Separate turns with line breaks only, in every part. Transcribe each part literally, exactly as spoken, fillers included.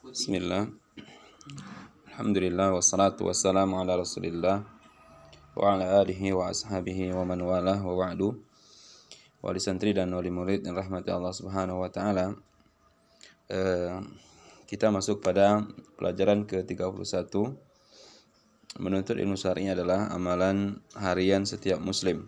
Bismillah. Alhamdulillah wassalatu wassalamu ala Rasulillah wa ala alihi wa ashabihi wa man walah wa ba'du. Wali santri dan wali murid yang rahmati Allah Subhanahu wa taala. Eh, kita masuk pada pelajaran ke tiga puluh satu. Menuntut ilmu syar'i adalah amalan harian setiap muslim.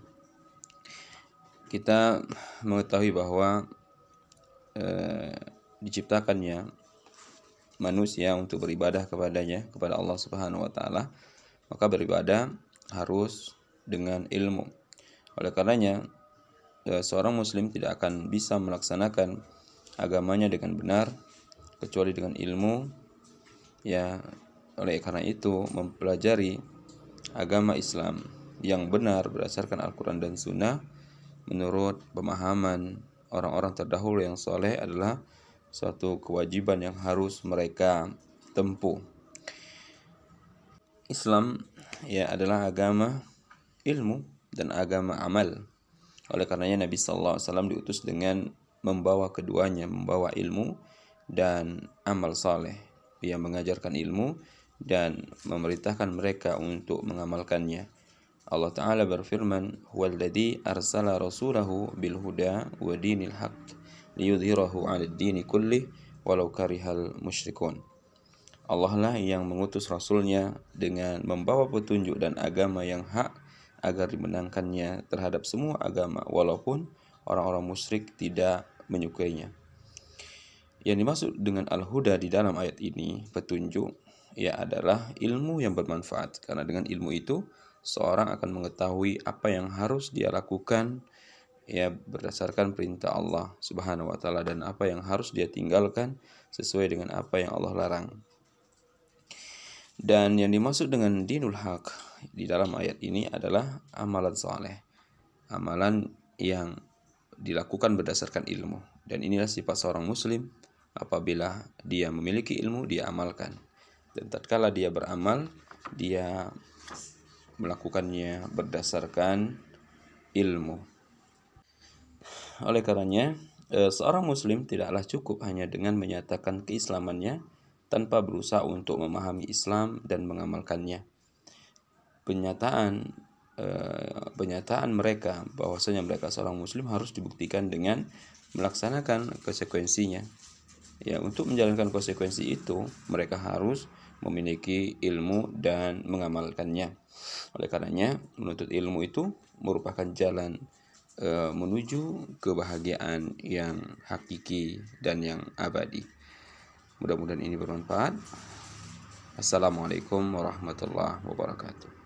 Kita mengetahui bahwa eh, diciptakannya manusia untuk beribadah kepadanya, kepada Allah Subhanahu wa taala, maka beribadah harus dengan ilmu. Oleh karenanya seorang muslim tidak akan bisa melaksanakan agamanya dengan benar kecuali dengan ilmu. Ya, oleh karena itu mempelajari agama Islam yang benar berdasarkan Al-Quran dan Sunnah menurut pemahaman orang-orang terdahulu yang soleh adalah suatu kewajiban yang harus mereka tempuh. Islam ya adalah agama ilmu dan agama amal. Oleh karenanya Nabi sallallahu alaihi wasallam diutus dengan membawa keduanya, membawa ilmu dan amal saleh. Ia mengajarkan ilmu dan memerintahkan mereka untuk mengamalkannya. Allah Ta'ala berfirman, "Huwallazi arsala rasulahu bil huda wa dinil haqq liyudhhirahu 'alad dini kullih walau karihal musyrikun." Allah lah yang mengutus rasulnya dengan membawa petunjuk dan agama yang hak agar dimenangkannya terhadap semua agama walaupun orang-orang musyrik tidak menyukainya. Yang dimaksud dengan al-huda di dalam ayat ini, petunjuk, ya adalah ilmu yang bermanfaat, karena dengan ilmu itu seorang akan mengetahui apa yang harus dia lakukan ya berdasarkan perintah Allah Subhanahu wa taala dan apa yang harus dia tinggalkan sesuai dengan apa yang Allah larang. Dan yang dimaksud dengan dinul haq di dalam ayat ini adalah amalan saleh, amalan yang dilakukan berdasarkan ilmu. Dan inilah sifat seorang muslim, apabila dia memiliki ilmu dia amalkan, dan tatkala dia beramal dia melakukannya berdasarkan ilmu. Oleh karenanya seorang muslim tidaklah cukup hanya dengan menyatakan keislamannya tanpa berusaha untuk memahami Islam dan mengamalkannya. Penyataan eh, penyataan mereka bahwasanya mereka seorang muslim harus dibuktikan dengan melaksanakan konsekuensinya. Ya, untuk menjalankan konsekuensi itu mereka harus memiliki ilmu dan mengamalkannya. Oleh karenanya menuntut ilmu itu merupakan jalan e, menuju kebahagiaan yang hakiki dan yang abadi. Mudah-mudahan ini bermanfaat. Assalamualaikum warahmatullahi wabarakatuh.